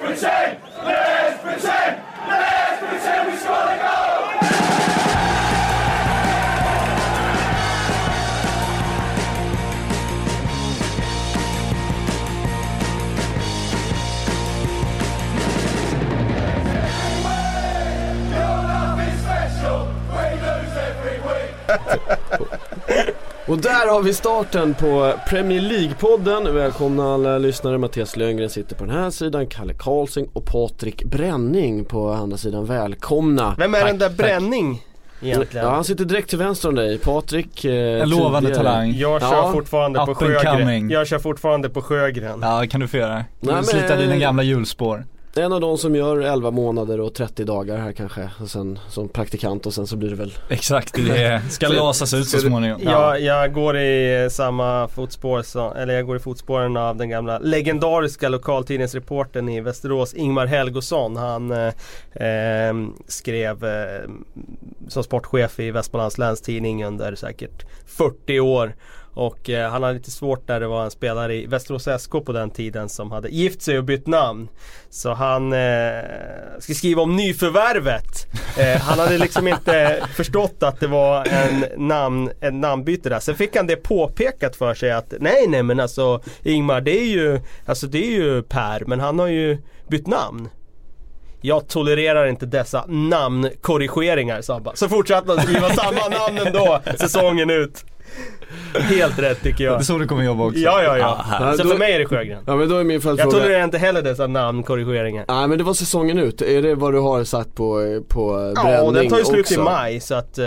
pretend, we score the goal! Och där har vi starten på Premier League-podden. Välkomna alla lyssnare. Mattias Löngren sitter på den här sidan, Kalle Karlsson och Patrik Bränning på andra sidan. Välkomna. Vem är den där Bränning egentligen? Ja, han sitter direkt till vänster om dig, Patrik. En lovande talang. Jag kör fortfarande på Sjögren. Jag kör fortfarande på Sjögren. Ja, kan du få göra. Slita dina gamla hjulspår. En av de som gör 11 månader och 30 dagar här kanske, och sen som praktikant, och sen så blir det väl... Exakt, det ska lasas ut så småningom. Jag går i samma fotspår jag går i fotspåren av den gamla legendariska lokaltidningsreporten i Västerås, Ingmar Helgosson. Han skrev som sportchef i Västmanlands länstidning under säkert 40 år. Och han hade lite svårt där det var en spelare i Västerås SK på den tiden som hade gift sig och bytt namn. Så han ska skriva om nyförvärvet. Han hade liksom inte förstått att det var en namnbyte där. Sen fick han det påpekat för sig att nej men alltså Ingmar, det är ju Per, men han har ju bytt namn. Jag tolererar inte dessa namnkorrigeringar, Sabba. Så fortsatte han skriva samma namn ändå säsongen ut. Helt rätt tycker jag. Det är så du kommer jobba också. Ja. Så för mig är det Sjögren. Ja, men då är min följdfråga. Jag tolererar inte heller dessa namnkorrigeringar. Nej, men det var säsongen ut. Är det vad du har satt på Bränning? Ja, och den tar ju slut också i maj. Så att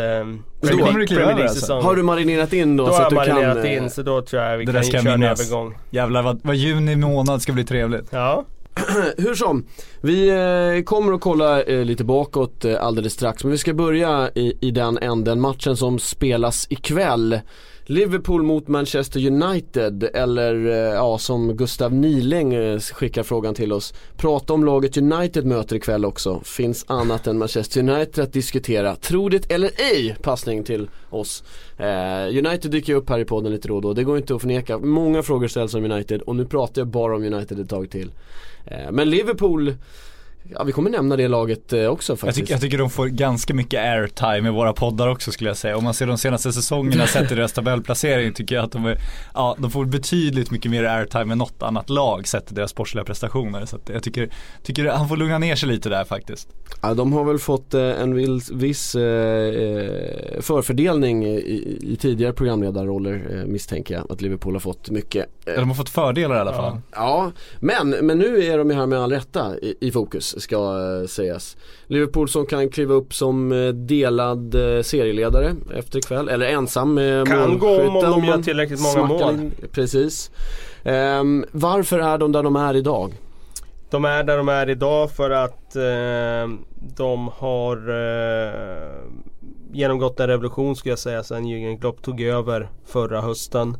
har du marinerat in då? Då så har att jag du marinerat in. Så då tror jag vi kan köra en övergång. Jävlar vad juni månad ska bli trevligt. Ja. Hur som, vi kommer att kolla lite bakåt alldeles strax. Men vi ska börja i den änden. Matchen som spelas ikväll. Liverpool mot Manchester United. Eller som Gustav Niling skickar frågan till oss. Prata om laget United möter ikväll också. Finns annat än Manchester United att diskutera. Tro det eller ej, passning till oss. United dyker upp här i podden lite då. Det går inte att förneka. Många frågor ställs om United. Och nu pratar jag bara om United ett tag till. Men Liverpool, ja, vi kommer nämna det laget också faktiskt. Jag tycker de får ganska mycket airtime i våra poddar också, skulle jag säga. Om man ser de senaste säsongerna sett i deras tabellplacering, tycker jag att de får betydligt mycket mer airtime än något annat lag sett i deras sportsliga prestationer. Så att jag tycker han får lugna ner sig lite där faktiskt. Ja, de har väl fått en viss förfördelning i tidigare programledarroller, misstänker jag att Liverpool har fått mycket. De har fått fördelar i alla fall. Ja, men nu är de här med all rätta i fokus, ska sägas. Liverpool som kan kliva upp som delad serieledare efter ikväll, eller ensam med kan gå om de gör tillräckligt många mål. Precis. Varför är de där de är idag? De är där de är idag för att de har genomgått en revolution, skulle jag säga, sen Jürgen Klopp tog över förra hösten.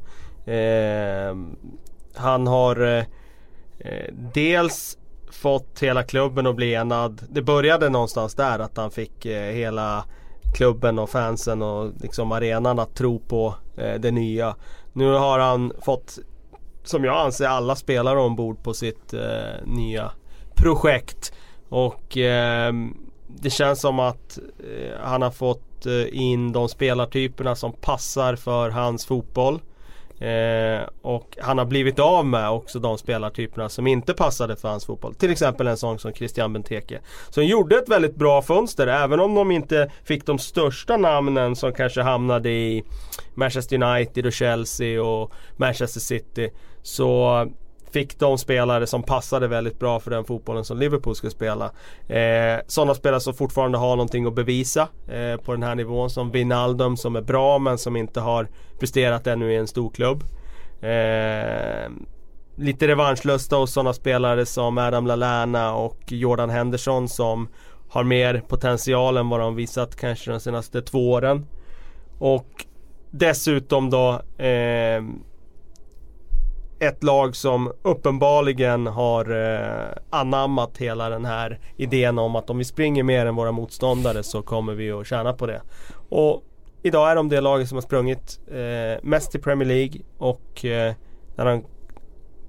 Han har dels fått hela klubben att bli enad. Det började någonstans där, att han fick hela klubben och fansen och liksom arenan att tro på det nya. Nu har han fått, som jag anser, alla spelare ombord på sitt nya projekt. Och det känns som att han har fått in de spelartyperna som passar för hans fotboll. Och han har blivit av med också de spelartyperna som inte passade för hans fotboll. Till exempel en sån som Christian Benteke, som gjorde ett väldigt bra fönster, även om de inte fick de största namnen som kanske hamnade i Manchester United och Chelsea och Manchester City. Så fick de spelare som passade väldigt bra för den fotbollen som Liverpool ska spela. Sådana spelare som fortfarande har någonting att bevisa på den här nivån, som Wijnaldum, som är bra men som inte har presterat ännu i en stor klubb. Lite revanschlusta hos sådana spelare som Adam Lallana och Jordan Henderson, som har mer potential än vad de visat kanske de senaste 2 åren. Och dessutom då ett lag som uppenbarligen har anammat hela den här idén om att om vi springer mer än våra motståndare så kommer vi att tjäna på det. Och idag är de det laget som har sprungit mest i Premier League, och när de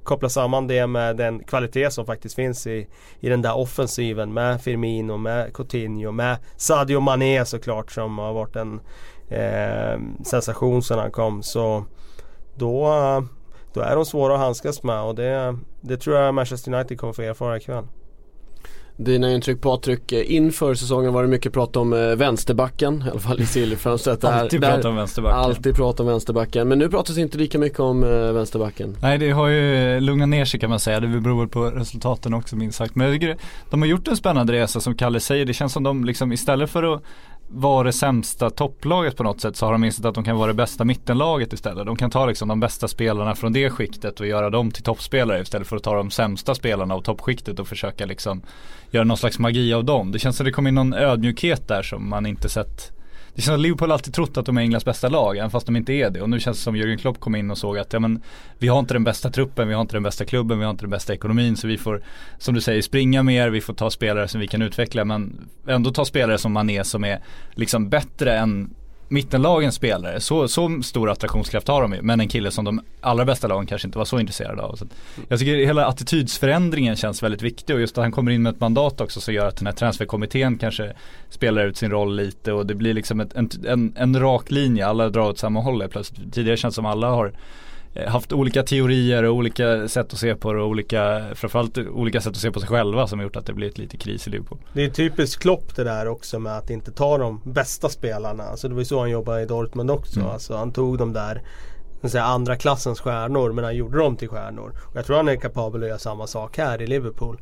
koppla samman det med den kvalitet som faktiskt finns i den där offensiven med Firmino, med Coutinho, med Sadio Mané såklart, som har varit en sensation sedan han kom, så då är de svåra att handskas med, och det tror jag Manchester United kommer få erfara ikväll. Dina intryck, Patrik, inför säsongen var det mycket prat om vänsterbacken, i alla fall i silverfönstret. Alltid prat om vänsterbacken. Men nu pratas inte lika mycket om vänsterbacken. Nej, det har ju lugnat ner sig kan man säga. Det beror på resultaten också minst sagt. Men jag tycker de har gjort en spännande resa, som Kalle säger. Det känns som de liksom, istället för att vara det sämsta topplaget på något sätt, så har de insett att de kan vara det bästa mittenlaget istället. De kan ta liksom de bästa spelarna från det skiktet och göra dem till toppspelare istället för att ta de sämsta spelarna av toppskiktet och försöka liksom göra någon slags magi av dem. Det känns som det kom in någon ödmjukhet där som man inte sett. Det känns som att Liverpool alltid trott att de är Englands bästa lag, även fast de inte är det. Och nu känns det som Jürgen Klopp kom in och såg att vi har inte den bästa truppen, vi har inte den bästa klubben, vi har inte den bästa ekonomin. Så vi får, som du säger, springa mer, vi får ta spelare som vi kan utveckla, men ändå ta spelare som Mané som är liksom bättre än mittenlagens spelare. Så stor attraktionskraft har de ju, men en kille som de allra bästa lagen kanske inte var så intresserade av. Så jag tycker hela attitydsförändringen känns väldigt viktig, och just att han kommer in med ett mandat också, så gör att den här transferkommittén kanske spelar ut sin roll lite, och det blir liksom en rak linje, alla drar åt samma håll plötsligt. Tidigare känns som alla har haft olika teorier och olika sätt att se på det, och framförallt olika sätt att se på sig själva, som har gjort att det blivit lite kris i Liverpool. Det är typiskt Klopp det där också, med att inte ta de bästa spelarna. Alltså det var ju så han jobbade i Dortmund också. Alltså han tog de där andra klassens stjärnor, men han gjorde dem till stjärnor. Och jag tror han är kapabel att göra samma sak här i Liverpool.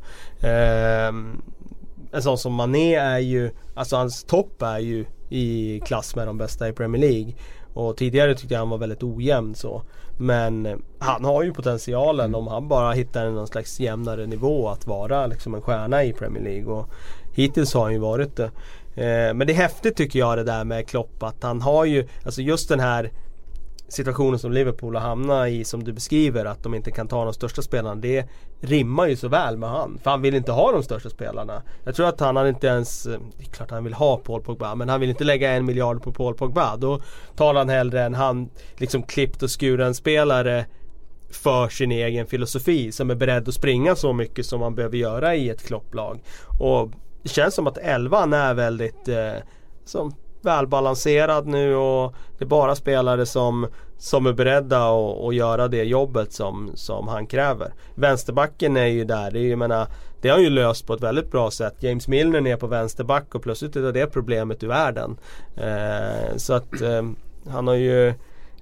En sån som Mané är ju, alltså hans topp är ju i klass med de bästa i Premier League. Och tidigare tyckte jag han var väldigt ojämn så. Men han har ju potentialen om han bara hittar någon slags jämnare nivå att vara liksom en stjärna i Premier League. Och hittills har han ju varit det. Men det är häftigt tycker jag det där med Klopp, att han har ju, alltså just den här situationen som Liverpool har hamnat i, som du beskriver, att de inte kan ta de största spelarna, det rimmar ju så väl med han, för han vill inte ha de största spelarna. Jag tror att han inte ens, det är klart han vill ha Paul Pogba, men han vill inte lägga 1 miljard på Paul Pogba. Då tar han hellre än han liksom klippt och skuren spelare för sin egen filosofi, som är beredd att springa så mycket som man behöver göra i ett Klopplag. Och det känns som att 11 är väldigt som välbalanserad nu, och det är bara spelare som är beredda att göra det jobbet som han kräver. Vänsterbacken är ju där, det har ju löst på ett väldigt bra sätt. James Milner är på vänsterback, och plötsligt är det problemet ur världen. Så att han har ju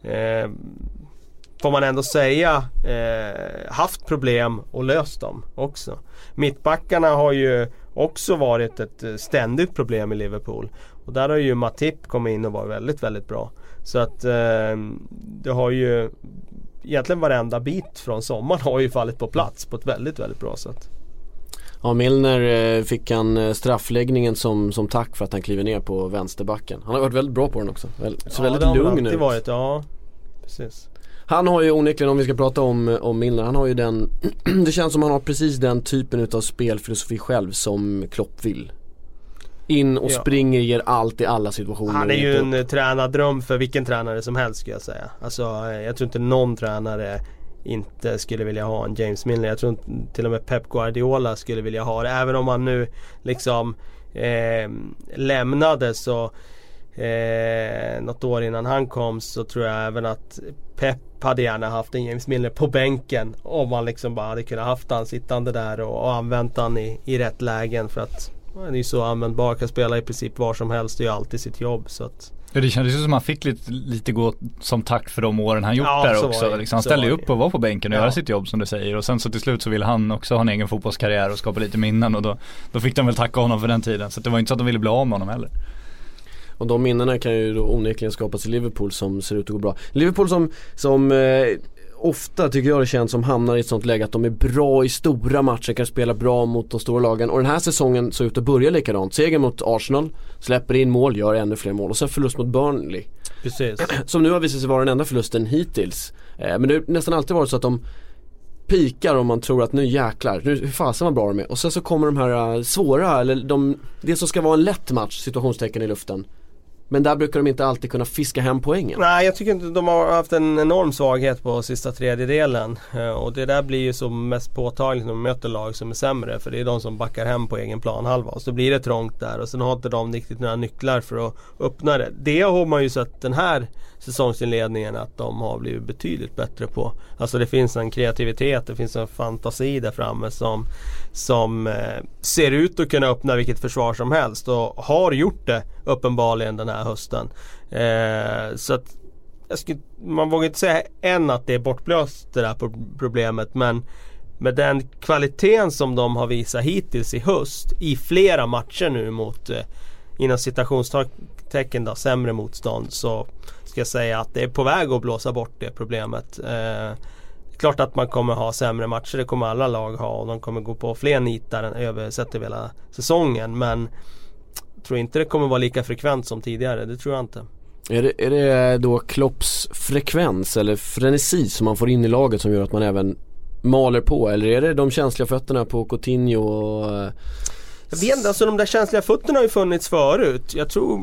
får man ändå säga haft problem och löst dem också. Mittbackarna har ju också varit ett ständigt problem i Liverpool, och där har ju Matip kommit in och var väldigt, väldigt bra. Så att det har ju egentligen varenda bit från sommaren har ju fallit på plats på ett väldigt, väldigt bra sätt. Ja, Milner fick han straffläggningen som tack för att han kliver ner på vänsterbacken. Han har varit väldigt bra på den också. Så väldigt lugn ut. Varit, ja, precis. Han har ju onekligen, om vi ska prata om Milner, han har ju den det känns som han har precis den typen av spelfilosofi själv som Klopp vill. In och springer, ger allt i alla situationer. Han är ju en tränardröm för vilken tränare som helst, ska jag säga. Alltså, jag tror inte någon tränare inte skulle vilja ha en James Milner. Jag tror till och med Pep Guardiola skulle vilja ha det. Även om han nu liksom lämnade så något år innan han kom, så tror jag även att Pep hade gärna haft en James Milner på bänken, om man liksom bara hade kunnat haft han sittande där och använt han i rätt lägen, för att han är ju så användbar, kan spela i princip var som helst och gör alltid sitt jobb. Så att ja, det kändes ju som att han fick lite gå som tack för de åren han gjort där också. Liksom, han ställde upp och var på bänken och göra sitt jobb som du säger. Och sen så till slut så ville han också ha en egen fotbollskarriär och skapa lite minnen. Och då fick de väl tacka honom för den tiden. Så det var inte så att de ville bli av med honom heller. Och de minnena kan ju då onekligen skapas i Liverpool som ser ut att gå bra. Liverpool som ofta tycker jag det känns som hamnar i ett sånt läge att de är bra i stora matcher, kan spela bra mot de stora lagen. Och den här säsongen så ut att börja likadant. Seger mot Arsenal, släpper in mål, gör ännu fler mål. Och sen förlust mot Burnley. Precis. Som nu har visat sig vara den enda förlusten hittills. Men det har nästan alltid varit så att de pikar och man tror att nu jäklar, nu hur fasen var bra de är. Och sen så kommer de här svåra, eller det som ska vara en lätt match, situationstecken i luften, Men där brukar de inte alltid kunna fiska hem poängen. Nej, jag tycker inte de har haft en enorm svaghet på sista tredjedelen. Och det där blir ju så mest påtagligt när de möter lag som är sämre. För det är de som backar hem på egen planhalva. Och så blir det trångt där. Och sen har inte de riktigt några nycklar för att öppna det. Det har man ju sett den här säsongsinledningen att de har blivit betydligt bättre på. Alltså det finns en kreativitet, det finns en fantasi där framme som ser ut att kunna öppna vilket försvar som helst. Och har gjort det uppenbarligen den här hösten. Så att man vågar inte säga än att det är bortblåst det där problemet, men med den kvaliteten som de har visat hittills i höst i flera matcher nu mot inom citationstecken då, sämre motstånd, så ska jag säga att det är på väg att blåsa bort det problemet. Klart att man kommer ha sämre matcher, det kommer alla lag ha, och de kommer gå på fler nitar än över hela säsongen, men jag tror inte det kommer vara lika frekvent som tidigare, det tror jag inte. Är det då Klopps frekvens eller frenesi som man får in i laget som gör att man även maler på, eller är det de känsliga fötterna på Coutinho och... Jag vet inte, alltså de där känsliga fötterna har ju funnits förut. Jag tror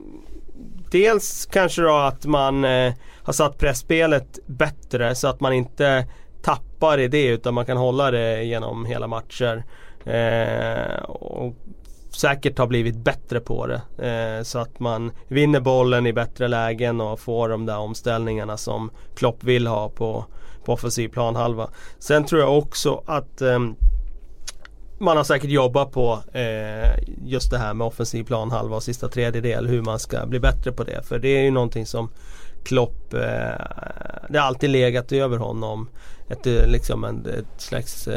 dels kanske då att man har satt pressspelet bättre så att man inte tappar i det utan man kan hålla det genom hela matcher. Och säkert har blivit bättre på det. Så att man vinner bollen i bättre lägen och får de där omställningarna som Klopp vill ha på offensiv planhalva. Sen tror jag också att man har säkert jobbat på just det här med offensiv planhalva och sista tredjedel, hur man ska bli bättre på det. För det är ju någonting som Klopp, det har alltid legat över honom. Liksom ett slags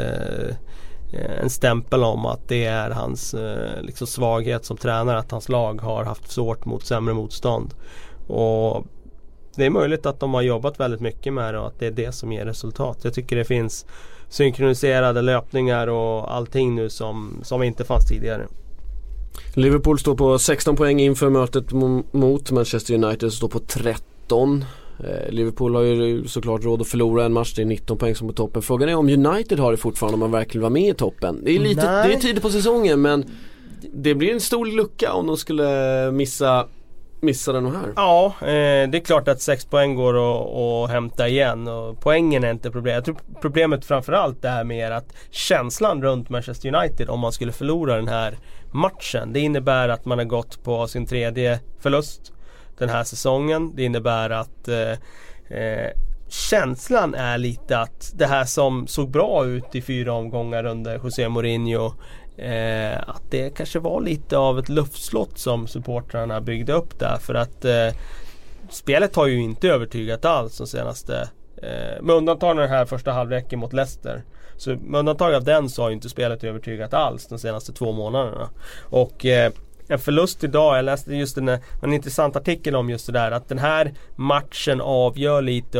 en stämpel om att det är hans liksom svaghet som tränare, att hans lag har haft svårt mot sämre motstånd. Och det är möjligt att de har jobbat väldigt mycket med det och att det är det som ger resultat. Jag tycker det finns synkroniserade löpningar och allting nu som inte fanns tidigare. Liverpool står på 16 poäng inför mötet mot Manchester United, står på 13. Liverpool har ju såklart råd att förlora en match, det är 19 poäng som på toppen. Frågan är om United har det fortfarande, om man verkligen var med i toppen. Det är lite, det är tidigt på säsongen, men det blir en stor lucka om de skulle missa den här. Ja, det är klart att 6 poäng går att hämta igen, och poängen är inte problem. Jag tror problemet framförallt är mer att känslan runt Manchester United om man skulle förlora den här matchen, det innebär att man har gått på sin 3:e förlust den här säsongen. Det innebär att känslan är lite att det här som såg bra ut i 4 omgångar under José Mourinho, att det kanske var lite av ett luftslott som supportrarna byggde upp där, för att spelet har ju inte övertygat alls de senaste, med undantag av den här första halvleken mot Leicester, så med undantag av den så har ju inte spelet övertygat alls de senaste 2 månaderna. Och en förlust idag, jag läste just en intressant artikel om just det där, att den här matchen avgör lite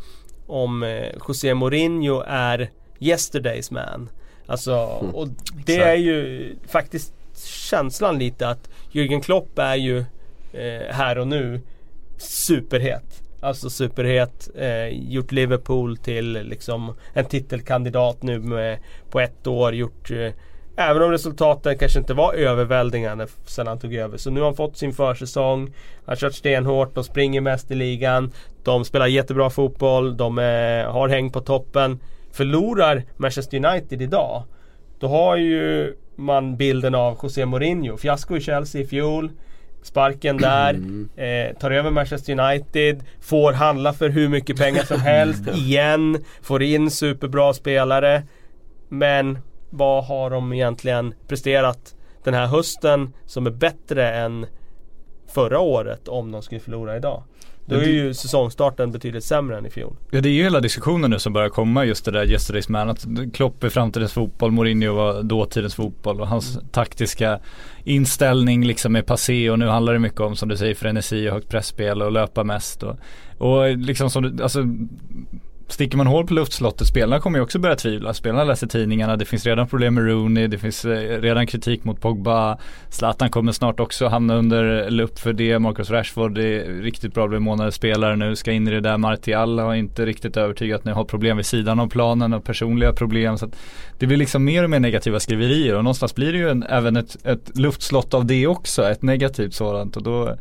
om José Mourinho är yesterday's man. Alltså, och det är ju faktiskt känslan lite att Jürgen Klopp är ju här och nu superhet. Alltså superhet, gjort Liverpool till liksom en titelkandidat nu på 1 år, gjort även om resultaten kanske inte var överväldigande sedan han tog över. Så nu har han fått sin försäsong. Han har kört stenhårt, de springer mest i ligan, de spelar jättebra fotboll, de har häng på toppen. Förlorar Manchester United idag, då har ju man bilden av José Mourinho. Fiasko i Chelsea i fjol, sparken där, tar över Manchester United, får handla för hur mycket pengar som helst igen, får in superbra spelare, men vad har de egentligen presterat den här hösten som är bättre än förra året om de skulle förlora idag? Då är ju säsongstarten betydligt sämre än i fjol. Ja, det är ju hela diskussionen nu som börjar komma, just det där yesterday's man, att Klopp är framtidens fotboll, Mourinho var dåtidens fotboll, och hans taktiska inställning liksom är passé, och nu handlar det mycket om, som du säger, frenesi och högt pressspel och löpa mest och liksom som du, alltså sticker man hål på luftslottet, spelarna kommer ju också börja tvivla. Spelarna läser tidningarna, det finns redan problem med Rooney, det finns redan kritik mot Pogba. Zlatan kommer snart också hamna under lupp för det. Marcus Rashford är riktigt bra månadens spelare nu, ska in i det där. Martial har inte riktigt övertygat, nu har problem vid sidan av planen och personliga problem, så att det blir liksom mer och mer negativa skriverier, och någonstans blir det ju även ett luftslott av det också, ett negativt sådant, och då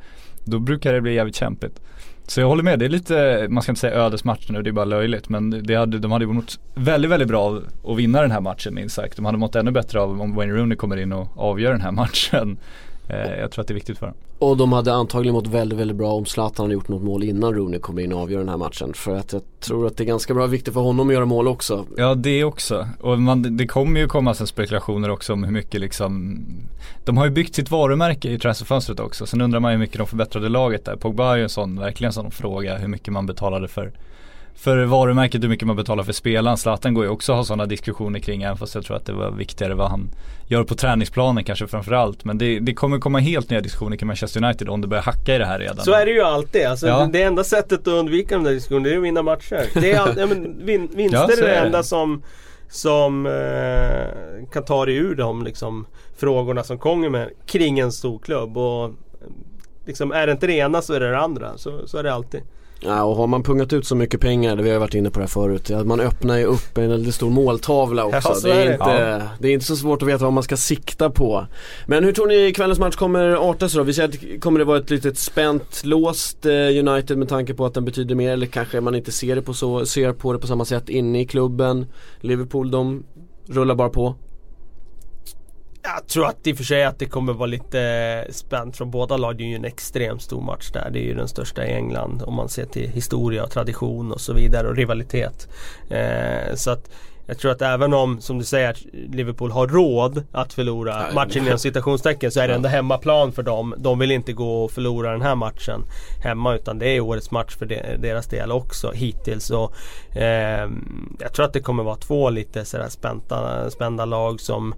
då brukar det bli jävligt kämpigt. Så jag håller med, det är lite, man ska inte säga ödesmatch nu, det är bara löjligt, men de hade ju mått väldigt, väldigt bra att vinna den här matchen, minst sagt. De hade mått ännu bättre av om Wayne Rooney kommer in och avgör den här matchen. Jag tror att det är viktigt för dem. Och de hade antagligen mått väldigt, väldigt bra om Zlatan hade gjort något mål innan Rooney kommer in och avgör den här matchen. För att jag tror att det är ganska bra viktigt för honom att göra mål också. Ja, det också. Och det kommer ju komma sen spekulationer också om hur mycket liksom... De har ju byggt sitt varumärke i transferfönstret också. Sen undrar man hur mycket de förbättrade laget där. Pogba är ju verkligen en sån fråga, hur mycket man betalade för varumärket, hur mycket man betalar för spelaren. Zlatan går ju också att ha sådana diskussioner kring, även fast jag tror att det var viktigare vad han gör på träningsplanen kanske framförallt. Men det kommer komma helt nya diskussioner kring Manchester United om det börjar hacka i det här redan. Så är det ju alltid. Alltså, det enda sättet att undvika de där diskussionerna, det är att vinna matcher. Det är vinster är det enda som kan ta dig ur de liksom, frågorna som kommer med kring en stor klubb. Och liksom, är det inte det ena så är det andra. Så är det alltid. Ja, och har man pungat ut så mycket pengar, det vi har varit inne på det här förut, att man öppnar ju upp en väldigt stor måltavla också. Ja, det är inte så svårt att veta vad man ska sikta på. Men hur tror ni kvällens match kommer arta sig då? Vi säger att kommer det vara ett litet spänt, låst United med tanke på att den betyder mer, eller kanske man inte ser på det på samma sätt inne i klubben. Liverpool, de rullar bara på. Jag tror att i och för sig att det kommer vara lite spänt från båda lag. Det är ju en extremt stor match där. Det är ju den största i England om man ser till historia och tradition och så vidare och rivalitet. Så att jag tror att även om, som du säger, att Liverpool har råd att förlora matchen inom citationstecken, så är det ändå hemmaplan för dem. De vill inte gå och förlora den här matchen hemma, utan det är årets match för deras del också hittills. Och, jag tror att det kommer vara två lite sådär spända lag som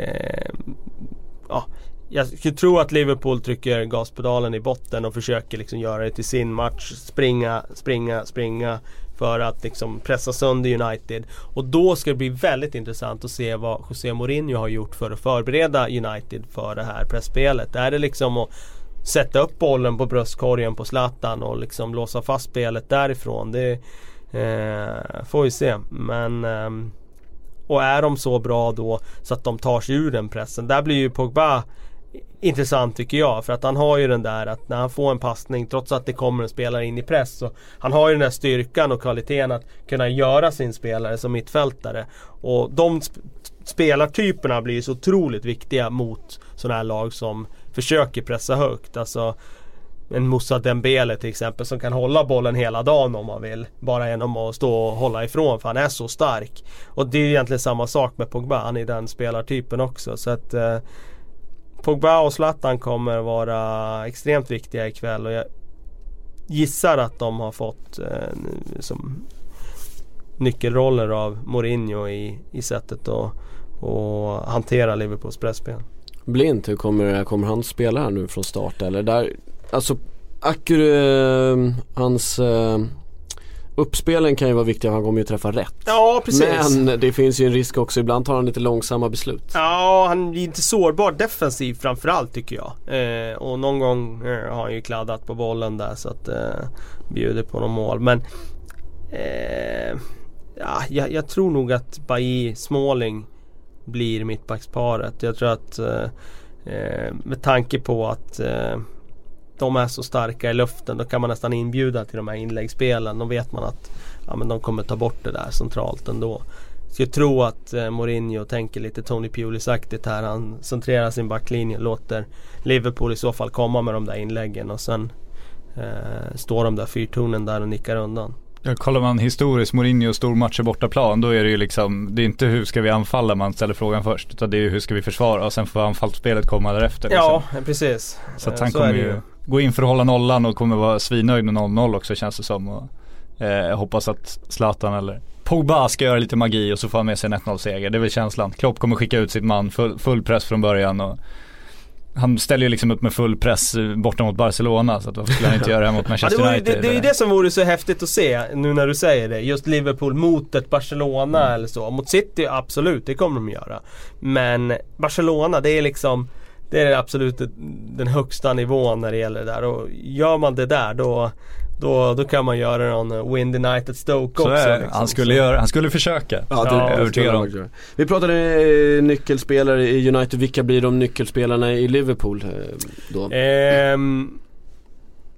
jag skulle tro att Liverpool trycker gaspedalen i botten och försöker liksom göra det till sin match, springa för att liksom pressa sönder United. Och då ska det bli väldigt intressant att se vad José Mourinho har gjort för att förbereda United för det här pressspelet. Är det liksom att sätta upp bollen på bröstkorgen på Zlatan och liksom låsa fast spelet därifrån? Det får vi se. Men och är de så bra då så att de tar sig ur den pressen? Där blir ju Pogba intressant tycker jag, för att han har ju den där att när han får en passning, trots att det kommer en spelare in i press, så han har ju den där styrkan och kvaliteten att kunna göra sin spelare som mittfältare, och de spelartyperna blir ju så otroligt viktiga mot sådana här lag som försöker pressa högt. Alltså en Moussa Dembele till exempel, som kan hålla bollen hela dagen om man vill, bara genom att stå och hålla ifrån, för han är så stark. Och det är egentligen samma sak med Pogba, han är den spelartypen också. Så att Pogba och Zlatan kommer vara extremt viktiga ikväll, och jag gissar att de har fått som nyckelroller av Mourinho i sättet att hantera Liverpools pressspel. Blind, hur kommer han spela här nu från start? Eller där, alltså hans uppspelen kan ju vara viktiga, han kommer ju träffa rätt. Ja, precis. Men det finns ju en risk också, ibland tar han lite långsamma beslut. Ja, han är inte sårbar defensiv framförallt tycker jag. Och någon gång har han ju kladdat på bollen där, så att bjuder på någon mål. Men jag tror nog att Bailly Smalling blir mittbacksparet. Jag tror att med tanke på att de är så starka i luften, då kan man nästan inbjuda till de här inläggsspelen. Då vet man att men de kommer ta bort det där centralt ändå. Så jag tror att Mourinho tänker lite Tony Pulis-aktigt här. Han centrerar sin backlinje, låter Liverpool i så fall komma med de där inläggen, och sen står de där fyrtornen där och nickar undan. Ja, kollar man historiskt Mourinho stormatcher bortaplan, då är det ju liksom, det är inte hur ska vi anfalla man ställer frågan först, utan det är ju hur ska vi försvara, och sen får anfallsspelet komma därefter liksom. Ja, precis. Så att han kommer ju gå in för att hålla nollan och kommer vara svinnöjd med 0-0 också, känns det som. Och jag hoppas att Zlatan eller Pogba ska göra lite magi och så får han med sig en 1-0-seger. Det är väl känslan. Klopp kommer skicka ut sitt man, full press från början, och han ställer ju liksom upp med full press borta mot Barcelona, så att varför skulle han inte göra det mot Manchester United? Det är ju det som vore så häftigt att se nu när du säger det. Just Liverpool mot ett Barcelona eller så. Mot City, absolut, det kommer de göra. Men Barcelona, det är liksom, det är absolut den högsta nivån när det gäller det där. Och gör man det där, då kan man göra någon Wind United Stoke också. Liksom. Han skulle försöka. Vi pratade nyckelspelare i United. Vilka blir de nyckelspelarna i Liverpool då?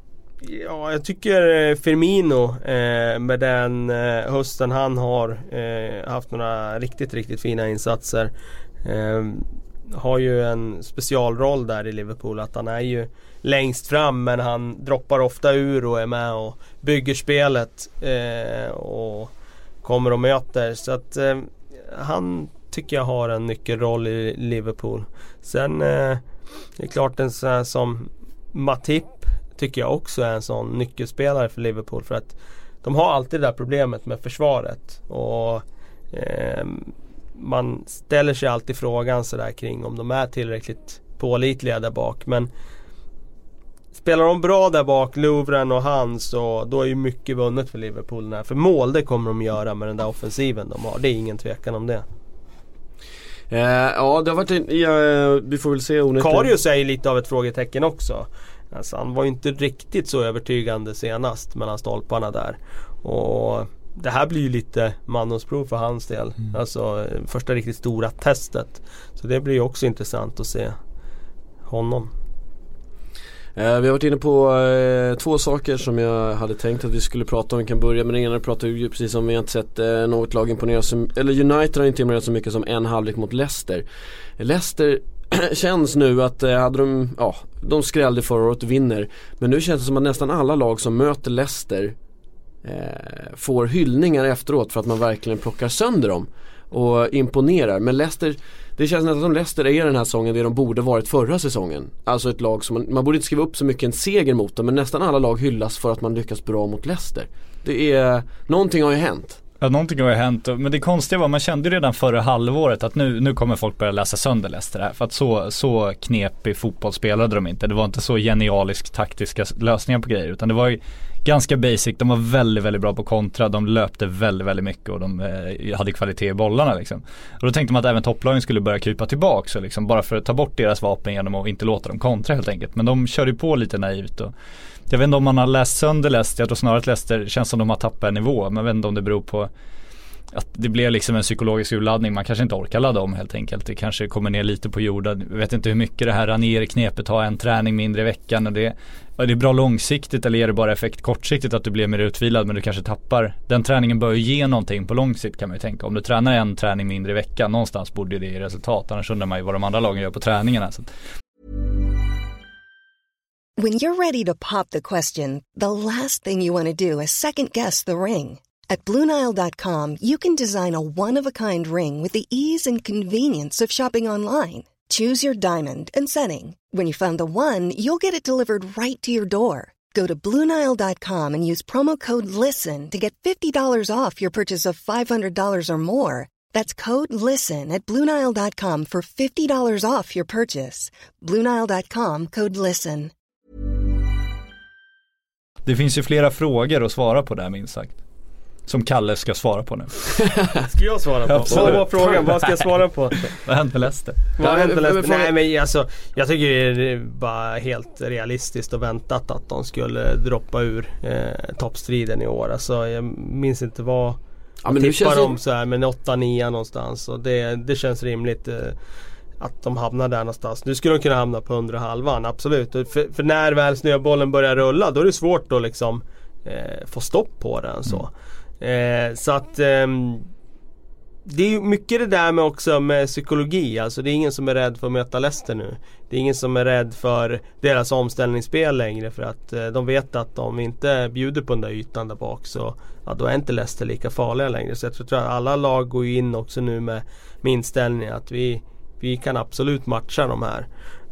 Ja, jag tycker Firmino med den hösten han har haft några riktigt fina insatser. Har ju en specialroll där i Liverpool, att han är ju längst fram, men han droppar ofta ur och är med och bygger spelet och kommer och möter. Så att han tycker jag har en nyckelroll i Liverpool. Sen är det klart en sån här som Matip tycker jag också är en sån nyckelspelare för Liverpool, för att de har alltid det där problemet med försvaret, och man ställer sig alltid frågan så där kring om de är tillräckligt pålitliga där bak. Men spelar de bra där bak, Lovren och Hans, så då är ju mycket vunnet för Liverpool. För mål, det kommer de göra med den där offensiven de har. Det är ingen tvekan om det. Ja, det har varit vi får väl se. Karius är ju lite av ett frågetecken också. Alltså, han var ju inte riktigt så övertygande senast mellan stolparna där. Och det här blir ju lite mandomsprov för hans del. Alltså första riktigt stora testet. Så det blir ju också intressant att se honom. Vi har varit inne på två saker som jag hade tänkt att vi skulle prata om. Vi kan börja med den ena. Pratar ju precis om vi har inte sett något lag imponera eller United har inte imponerat så mycket som en halvlek mot Leicester. Leicester känns nu att hade de skrällde förra året och vinner. Men nu känns det som att nästan alla lag som möter Leicester får hyllningar efteråt för att man verkligen plockar sönder dem och imponerar. Men Leicester, det känns nästan som Leicester är den här säsongen det de borde varit förra säsongen. Alltså ett lag som man borde inte skriva upp så mycket en seger mot dem, men nästan alla lag hyllas för att man lyckas bra mot Leicester. Någonting har ju hänt. Ja, någonting har ju hänt, men det konstiga var, man kände ju redan förra halvåret att nu kommer folk börja läsa sönder Leicester här, för att så knepig fotboll spelade de inte. Det var inte så genialisk taktiska lösningar på grejer, utan det var ju ganska basic. De var väldigt, väldigt bra på kontra, de löpte väldigt, väldigt mycket och de hade kvalitet i bollarna liksom. Och då tänkte man att även topplagen skulle börja krypa tillbaka så liksom, bara för att ta bort deras vapen genom att inte låta dem kontra helt enkelt. Men de körde ju på lite naivt och jag vet inte om man har läst sönder Leicester. Jag tror snarare att Leicester känns som de har tappat nivå. Men jag vet inte om det beror på att det blir liksom en psykologisk urladdning. Man kanske inte orkar ladda om helt enkelt. Det kanske kommer ner lite på jorden. Jag vet inte hur mycket det här Ranieri-knepet har, en träning mindre i veckan. Och är det bra långsiktigt eller ger det bara effekt kortsiktigt att du blir mer utvilad men du kanske tappar? Den träningen bör ju ge någonting på lång sikt, kan man ju tänka. Om du tränar en träning mindre i veckan, någonstans borde det ge resultat. Annars undrar man ju vad de andra lagen gör på träningarna. Så. When you're ready to pop the question, the last thing you want to do is second guess the ring. At BlueNile.com, you can design a one-of-a-kind ring with the ease and convenience of shopping online. Choose your diamond and setting. When you find the one, you'll get it delivered right to your door. Go to BlueNile.com and use promo code LISTEN to get $50 off your purchase of $500 or more. That's code LISTEN at BlueNile.com for $50 off your purchase. BlueNile.com, code LISTEN. Det finns ju flera frågor att svara på där, minst sagt. Som Kalle ska svara på nu. Ska jag svara på? Vad var frågan? Vad ska jag svara på? Vad hände med Leicester? Nej, men alltså, jag tycker det är bara helt realistiskt och väntat att de skulle droppa ur toppstriden i år. Alltså, jag minns inte vad tippar de så här med 8-9 någonstans. Och det känns rimligt att de hamnar där någonstans. Nu skulle de kunna hamna på 100,5, absolut. För när väl snöbollen börjar rulla, då är det svårt att liksom få stopp på den så. Så att det är ju mycket det där med också med psykologi. Alltså det är ingen som är rädd för att möta Leicester nu. Det är ingen som är rädd för deras omställningsspel längre, för att de vet att de inte bjuder på den där ytan där bak, så då är inte Leicester lika farliga längre. Så jag tror att alla lag går in också nu med inställning att vi kan absolut matcha de här.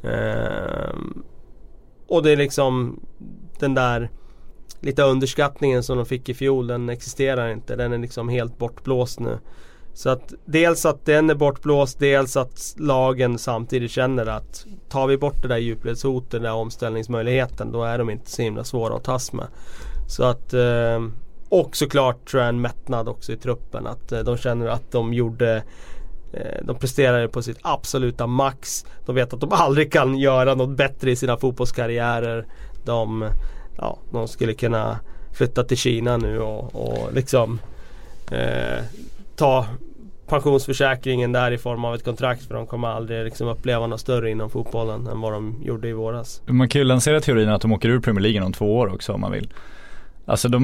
Och det är liksom den där lite underskattningen som de fick i fjol, den existerar inte. Den är liksom helt bortblåst nu. Så att dels att den är bortblåst, dels att lagen samtidigt känner att tar vi bort det där djupledshotet, den där omställningsmöjligheten, då är de inte så himla svåra att tas med. Så att och såklart tror jag en mättnad också i truppen, att de känner att de presterar på sitt absoluta max. De vet att de aldrig kan göra något bättre i sina fotbollskarriärer. De skulle kunna flytta till Kina nu och liksom ta pensionsförsäkringen där i form av ett kontrakt, för de kommer aldrig liksom uppleva något större inom fotbollen än vad de gjorde i våras. Man kan ju lansera teorin att de åker ur Premier League om 2 år också om man vill. Alltså de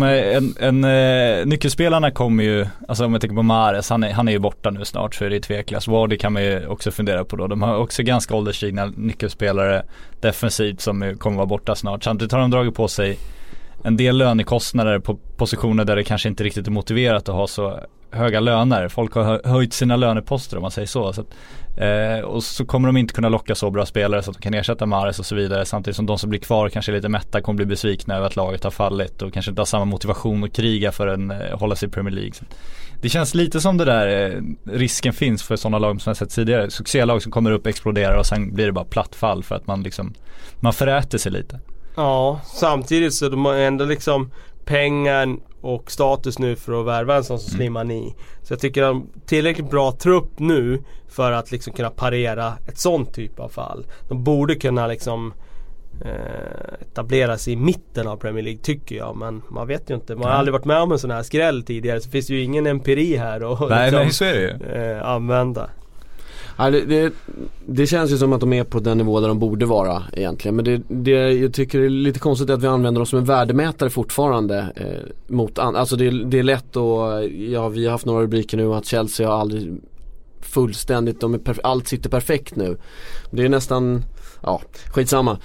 är nyckelspelarna kommer ju, alltså om jag tänker på Mahrez, han är ju borta nu snart, så är det tveklöst. Vardy kan man ju också fundera på då. De har också ganska ålderstigna nyckelspelare defensivt som kommer vara borta snart. Samtidigt har de dragit på sig en del lönekostnader på positioner där det kanske inte riktigt är motiverat att ha så höga löner. Folk har höjt sina löneposter om man säger så. Och så kommer de inte kunna locka så bra spelare så att de kan ersätta Mahrez och så vidare. Samtidigt som de som blir kvar kanske lite mätta kommer bli besvikna över att laget har fallit och kanske inte har samma motivation att kriga för att hålla sig i Premier League. Så det känns lite som det där risken finns för sådana lag som jag sett tidigare. Succélag som kommer upp, exploderar och sen blir det bara platt fall för att man föräter sig lite. Ja, samtidigt så de har ändå liksom pengar och status nu för att värva en sån som Slimani. Så jag tycker de har tillräckligt bra trupp nu för att liksom kunna parera ett sånt typ av fall. De borde kunna liksom etablera sig i mitten av Premier League, tycker jag, men man vet ju inte. Man har aldrig varit med om en sån här skräll tidigare, så finns det ju ingen empiri här och nej, så är det ju. Använda. Ja, det känns ju som att de är på den nivå där de borde vara egentligen. Men jag tycker det är lite konstigt att vi använder dem som en värdemätare fortfarande alltså det är lätt att, ja, vi har haft några rubriker nu att Chelsea har aldrig fullständigt, allt sitter perfekt nu. Det är nästan, ja, skitsamma.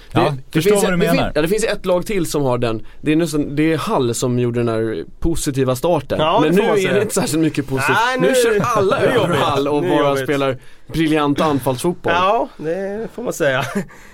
Det finns ett lag till som har den. Det är Hull som gjorde den här positiva starten. Ja, men nu är det inte särskilt mycket positivt. Nu kör alla över Hull och bara spelar briljant anfallsfotboll. Ja, det får man säga.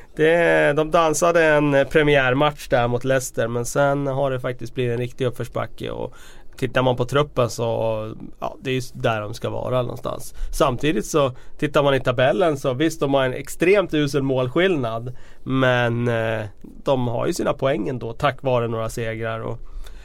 De dansade en premiärmatch där mot Leicester, men sen har det faktiskt blivit en riktig uppförsbacke, och tittar man på truppen så, ja, det är ju där de ska vara någonstans. Samtidigt så tittar man i tabellen, så visst, de har en extremt usel målskillnad, men de har ju sina poäng ändå tack vare några segrar, och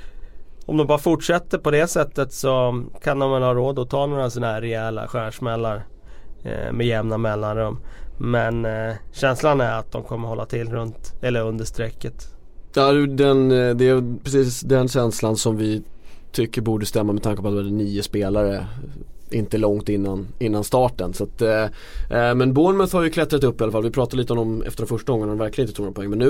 om de bara fortsätter på det sättet så kan de väl ha råd att ta några sådana här rejäla stjärnsmällar med jämna mellanrum. Men känslan är att de kommer hålla till runt eller under strecket. Ja, det är precis den känslan som vi tycker borde stämma med tanke på att det är 9 spelare inte långt innan starten. Så att, men Bournemouth har ju klättrat upp i alla fall. Vi pratade lite om dem efter den första gången, de verkligen inte tog några poäng. Men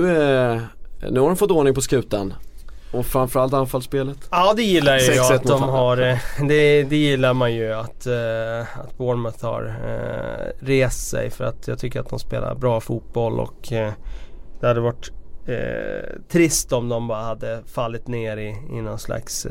nu har de fått ordning på skutan. Och framförallt anfallsspelet. Ja, det gillar jag att de har. Det gillar man ju att Bournemouth har rest sig, för att jag tycker att de spelar bra fotboll, och det hade varit trist om de bara hade fallit ner i någon slags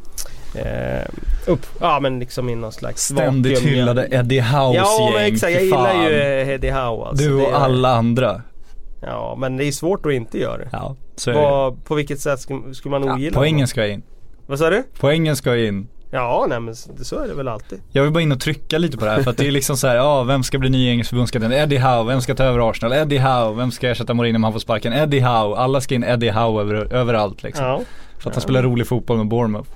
men liksom i någon slags ständigt hyllade Eddie Howe. Ja, men exakt, jag gillar ju Eddie Howe alltså. Du och alla andra. Ja, men det är svårt att inte göra det. Ja, så är det. På vilket sätt skulle man ogilla? Poängen ska in. Vad sa du? Poängen ska in. Ja, nej, men så är det väl alltid. Jag vill bara in och trycka lite på det här, för att det är liksom så här, vem ska bli ny engelsk förbundskapten? Eddie Howe, vem ska ta över Arsenal? Eddie Howe, vem ska ersätta Mourinho om han får sparken? Eddie Howe, alla ska in Eddie Howe överallt liksom. Ja. För att han spelar rolig fotboll med Bournemouth.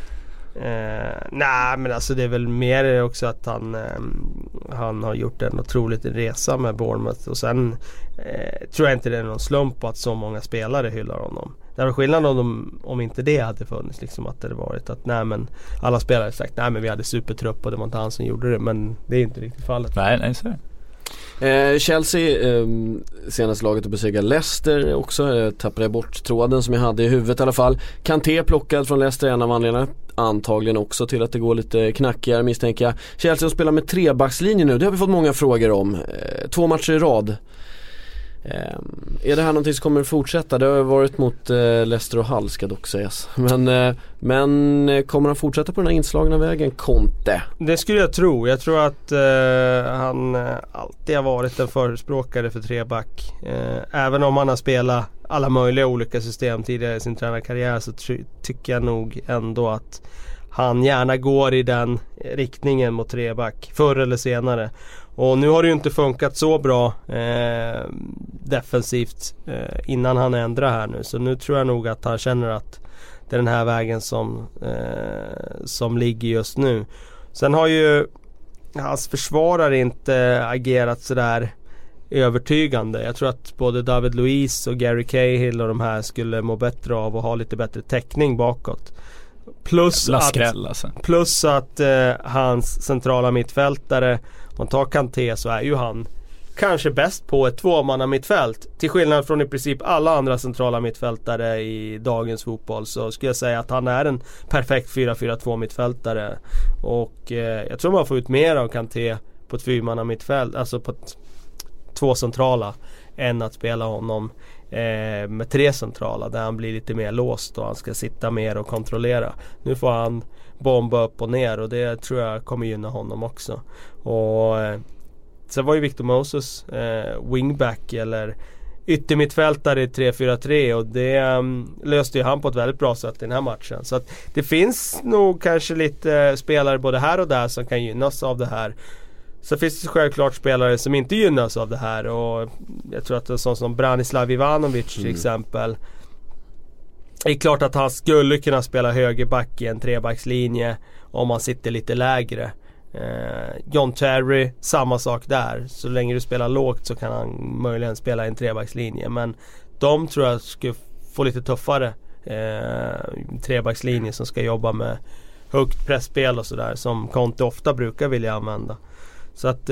Nej, men alltså det är väl mer också att han har gjort en otroligt resa med Bournemouth, och sen tror jag inte det är någon slump på att så många spelare hyllar honom. Det var skillnad om inte det hade funnits, liksom, att det hade varit att nej, men alla spelare sagt nej, men vi hade supertrupp och det var inte han som gjorde det, men det är inte riktigt fallet. Nej, så är det. Chelsea senaste laget att besegra Leicester också, tappade bort tråden som jag hade i huvudet i alla fall. Kanté plockad från Leicester, en av anledningarna antagligen också till att det går lite knackigare, misstänker jag. Chelsea spelar med 3-backslinje nu, det har vi fått många frågor om. 2 matcher i rad. Är det här någonting som kommer att fortsätta? Det har varit mot Leicester och Hull, ska dock sägas. Men kommer han fortsätta på den här inslagna vägen, Conte? Det skulle jag tro. Jag tror att han alltid har varit en förespråkare för 3-back. Även om han har spelat alla möjliga olika system tidigare i sin tränarkarriär, så tycker jag nog ändå att han gärna går i den riktningen mot 3-back förr eller senare. Och nu har det ju inte funkat så bra defensivt innan han ändrar här nu. Så nu tror jag nog att han känner att det är den här vägen som ligger just nu. Sen har ju hans försvarare inte agerat sådär övertygande. Jag tror att både David Luiz och Gary Cahill och de här skulle må bättre av att ha lite bättre täckning bakåt. Plus att hans centrala mittfältare, om man tar Kanté, så är ju han kanske bäst på ett tvåmanna mittfält. Till skillnad från i princip alla andra centrala mittfältare i dagens fotboll, så skulle jag säga att han är en perfekt 4-4-2 mittfältare. Och jag tror man får ut mer av Kanté på ett fyrmanna mittfält, alltså på två centrala, än att spela honom med tre centrala där han blir lite mer låst och han ska sitta mer och kontrollera. Nu får han bomba upp och ner, och det tror jag kommer gynna honom också. Och sen var ju Victor Moses wingback eller yttermittfältare i 3-4-3, och det löste ju han på ett väldigt bra sätt i den här matchen. Så att det finns nog kanske lite spelare både här och där som kan gynnas av det här. Så finns det självklart spelare som inte gynnas av det här, och jag tror att det är sånt som Branislav Ivanovic till exempel. Det är klart att han skulle kunna spela högerback i en trebackslinje om han sitter lite lägre. John Terry, samma sak där. Så länge du spelar lågt så kan han möjligen spela i en trebackslinje, men de tror jag skulle få lite tuffare trebackslinje som ska jobba med högt pressspel och sådär, som Conte ofta brukar vilja använda. Så att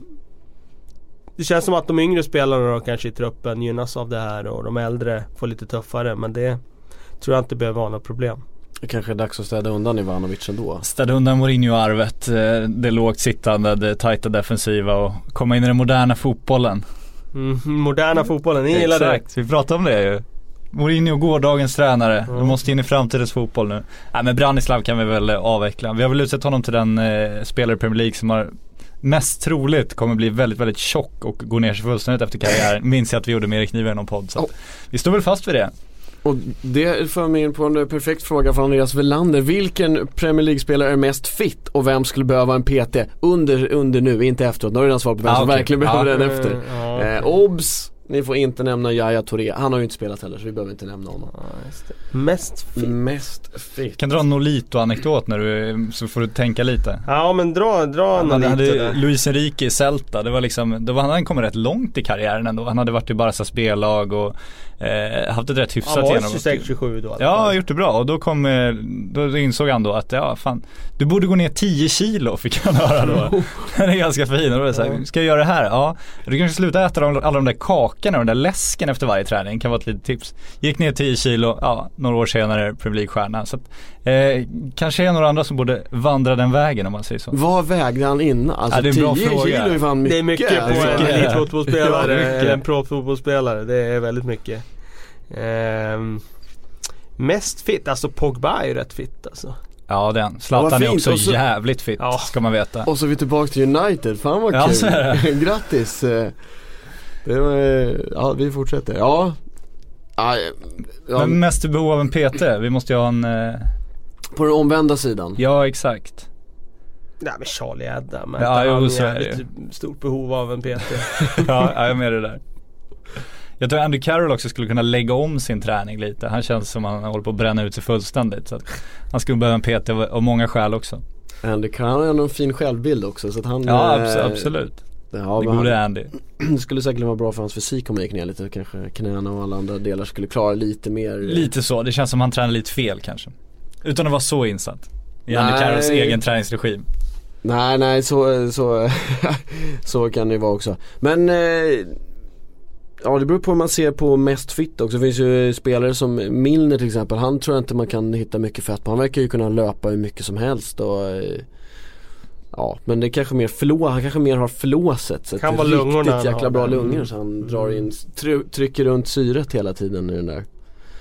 det känns som att de yngre spelarna då kanske i truppen gynnas av det här, och de äldre får lite tuffare, men det tror jag inte behöver vara något problem. Det kanske är dags att städa undan Ivanovic ändå. Städa undan Mourinho-arvet, det lågt sittande, det tajta defensiva, och komma in i den moderna fotbollen. Moderna fotbollen, ni gillar det. Vi pratade om det ju. Mourinho, gårdagens tränare. De måste in i framtidens fotboll nu. Men Branislav kan vi väl avveckla. Vi har väl utsett honom till den spelare i Premier League som har mest troligt kommer bli väldigt, väldigt tjock och gå ner sig fullständigt efter karriären. Minns jag att vi gjorde med Erik Niva i någon podd. Så vi står väl fast vid det. Och det för mig in på en perfekt fråga från Andreas Welander. Vilken Premier League-spelare är mest fit, och vem skulle behöva en PT under nu, inte efteråt? Då är det den svar på vem som verkligen behöver den efter. Obs! Ni får inte nämna Yaya Touré. Han har ju inte spelat heller, så vi behöver inte nämna honom. Mest fit. Kan dra en Nolito-anekdot när du, så får du tänka lite. Ja, men dra Nolito. Luis Enrique i Celta, det var liksom, han kom rätt långt i karriären ändå. Han hade varit i Barca spellag och haft ett rätt hyfsat genom. Han var 26-27 då. Ja, gjort det bra. Och då insåg han då att du borde gå ner 10 kilo, fick han höra då. Det är ganska fin. Och då är det så här, ska jag göra det här? Ja, du kanske sluta äta alla de där kakorna och den där läsken efter varje träning. Kan vara ett litet tips. Gick ner 10 kilo, några år senare Premier League-stjärna. Så att, kanske är några andra som borde vandra den vägen, om man säger så. Vad vägde han innan? Alltså det är en bra 10 fråga. Kilo är fan mycket. Det är mycket på en elitfotbollsspelare eller en proffsfotbollsspelare. Det är väldigt mycket. Mest fit, alltså Pogba är ju rätt fit alltså. Ja, den Zlatan är också jävligt fit, ska man veta. Och så är vi tillbaka till United. Fan vad kul. Så är det. Grattis. Vi fortsätter. Men mest behov av en PT. Vi måste ju ha en på den omvända sidan. Ja, exakt. Nej, men Charlie Adam. Så är det. Stort behov av en PT. Ja, jag är med det där. Jag tror Andy Carroll också skulle kunna lägga om sin träning lite. Han känns som han håller på att bränna ut sig fullständigt. Så att han skulle behöva en PT av många skäl också. Andy Carroll har en fin självbild också. Så att han, absolut. Det borde Andy. Det skulle säkert vara bra för hans fysik om han gick ner lite. Kanske knäna och alla andra delar skulle klara lite mer. Lite så, det känns som han tränar lite fel kanske. Utan att vara så insatt i Andy Carrolls egen träningsregim. Nej, så kan det vara också. Men det beror på hur man ser på mest fit också. Det finns ju spelare som Milner till exempel. Han tror jag inte man kan hitta mycket fett på. Han verkar ju kunna löpa hur mycket som helst och men det är kanske mer han kanske mer har flåset. Så kan vara lungorna. Riktigt jäkla bra lungor så han drar in, trycker runt syret hela tiden i den där.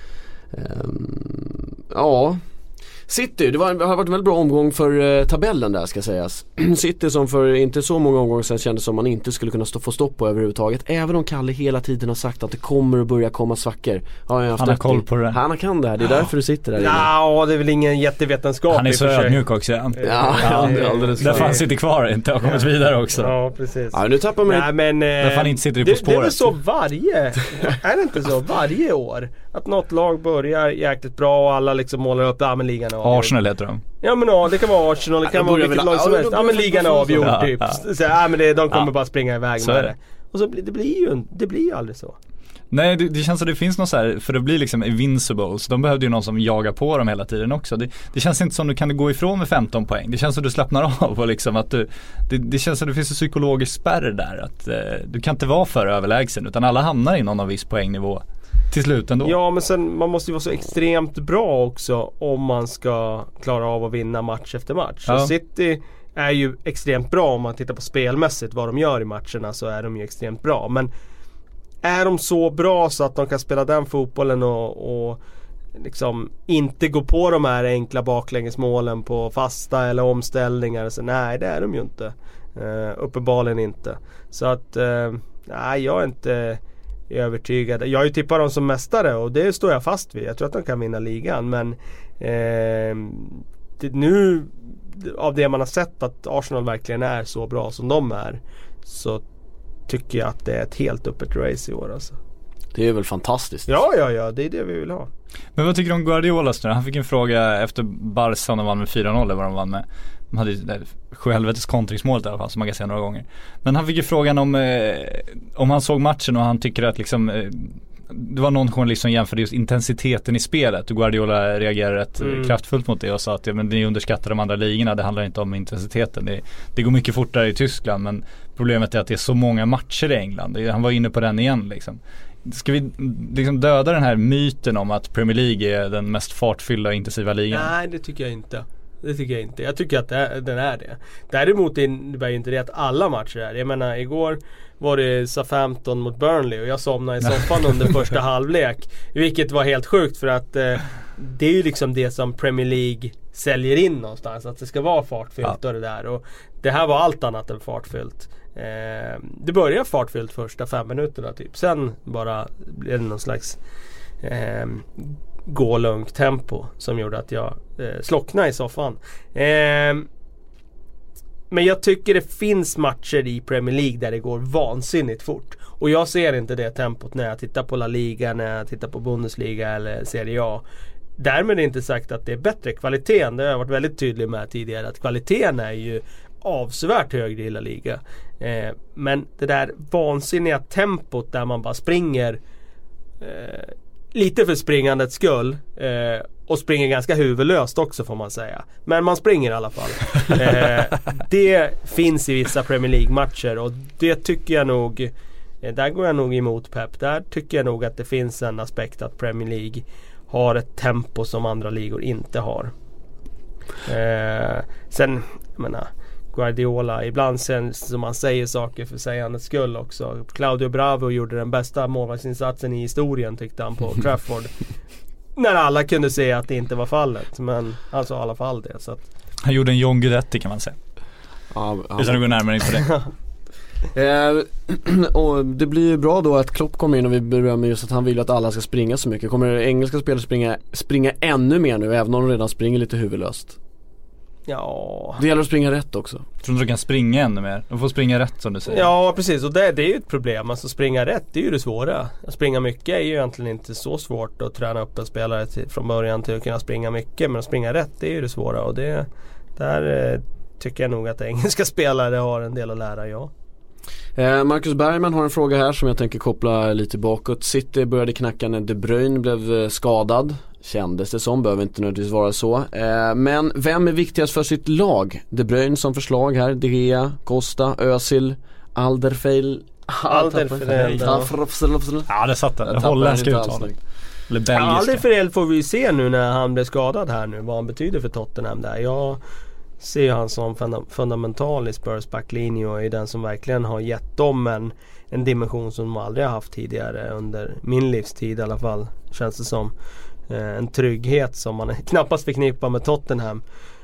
City, det har varit en väldigt bra omgång för tabellen där, ska sägas. City som för inte så många omgångar sedan kändes som man inte skulle kunna få stopp på överhuvudtaget. Även om Kalle hela tiden har sagt att det kommer att börja komma svackor. Han har koll på det. Han kan det här, det är därför du sitter där inne. Ja, det är väl ingen jättevetenskap. Han är så ödmjuk också. Alldeles därför han sitter kvar, inte har kommit vidare också. Ja, precis. Ja, nu tappar man därför han inte sitter på spåret. Det är väl så är det inte så varje år att något lag börjar jäkligt bra och alla liksom målar upp ligan Arsenal heter de. Ja, men det kan vara Arsenal, det kan vara vilket lag som helst. Men ligan är avgjord typ. Så, men de kommer bara springa iväg med det. Och så det blir ju aldrig så. Nej, det känns som det finns något så här, för att bli liksom invincible, så de behövde ju någon som jagar på dem hela tiden också. Det känns inte som du kan gå ifrån med 15 poäng. Det känns som du slappnar av och liksom att det känns som det finns en psykologisk spärr där, att du kan inte vara för överlägsen, utan alla hamnar i någon viss poängnivå till slut ändå. Ja, men sen man måste ju vara så extremt bra också om man ska klara av att vinna match efter match. Ja. Så City är ju extremt bra om man tittar på spelmässigt vad de gör i matcherna, så är de ju extremt bra. Men är de så bra så att de kan spela den fotbollen och liksom inte gå på de här enkla baklängesmålen på fasta eller omställningar, så nej, det är de ju inte. Uppenbarligen inte. Så att nej, jag är inte övertygad. Jag har ju tippat dem som mästare och det står jag fast vid. Jag tror att de kan vinna ligan, men nu av det man har sett att Arsenal verkligen är så bra som de är, så tycker jag att det är ett helt öppet race i år alltså. Det är väl fantastiskt. Ja, det är det vi vill ha. Men vad tycker du om Guardiola nu? Han fick en fråga efter Barca, de vann med 4-0 eller vad de vann med. De hade ju sjuhelvetes kontringsmålet i alla fall, som man kan säga några gånger. Men han fick ju frågan om han såg matchen och han tycker att liksom det var någon journalist som jämförde just intensiteten i spelet, och Guardiola reagerade rätt kraftfullt mot det och sa att men ni underskattar de andra ligorna, det handlar inte om intensiteten, det går mycket fortare i Tyskland, men problemet är att det är så många matcher i England. Han var inne på den igen liksom. Ska vi liksom döda den här myten om att Premier League är den mest fartfyllda och intensiva ligan? Nej, det tycker jag inte. Jag tycker att den är det. Däremot innebär ju inte det att alla matcher är. Jag menar, igår var det Southampton mot Burnley och jag somnade i soffan under första halvlek. Vilket var helt sjukt, för att det är ju liksom det som Premier League säljer in någonstans. Att det ska vara fartfyllt och det där. Och det här var allt annat än fartfyllt. Det började fartfyllt första 5 minuterna typ. Sen bara blev det någon slags gå lugnt tempo som gjorde att jag slocknade i soffan. Men jag tycker det finns matcher i Premier League där det går vansinnigt fort. Och jag ser inte det tempot när jag tittar på La Liga, när jag tittar på Bundesliga eller Serie A. Därmed är det inte sagt att det är bättre. Kvaliteten, det har jag varit väldigt tydlig med tidigare, att kvaliteten är ju avsevärt högre i La Liga. Men det där vansinniga tempot där man bara springer lite för springandets skull, och springer ganska huvudlöst också, får man säga. Men man springer i alla fall. Det finns i vissa Premier League-matcher, och det tycker jag nog, där går jag nog emot Pep. Där tycker jag nog att det finns en aspekt att Premier League har ett tempo som andra ligor inte har. Sen, jag menar, Guardiola, ibland som man säger saker för sägandets skull också. Claudio Bravo gjorde den bästa målvaktsinsatsen i historien, tyckte han, på Trafford. När alla kunde se att det inte var fallet. Men alltså i alla fall det. Så att han gjorde en John Guidetti, kan man säga. Utan att gå närmare in på det. Och det blir ju bra då att Klopp kommer in, och vi börjar med just att han vill att alla ska springa så mycket. Kommer engelska spelare springa ännu mer nu, även om de redan springer lite huvudlöst? Ja. Det gäller att springa rätt också. Tror du kan springa ännu mer? De får springa rätt, som du säger. Ja, precis. Och det är ju ett problem. Alltså springa rätt, det är ju det svåra. Att springa mycket är ju egentligen inte så svårt, att träna upp en spelare från början till att kunna springa mycket. Men att springa rätt, det är ju det svåra. Och där tycker jag nog att engelska spelare har en del att lära, ja. Marcus Bergman har en fråga här som jag tänker koppla lite bakåt. City började knacka när De Bruyne blev skadad. Kändes det som, behöver inte nödvändigtvis vara så. Men vem är viktigast för sitt lag? De Bruyne som förslag här, De Gea, Costa, Özil, Alderweireld. Ja, det satt det. Holländska uttal. Alderweireld får vi se nu när han blev skadad här nu, vad han betyder för Tottenham där. Jag ser han som fundamental i Spurs backlinje, och är den som verkligen har gett dem en dimension som de aldrig har haft tidigare under min livstid i alla fall, känns det som. En trygghet som man knappast förknippar med Tottenham.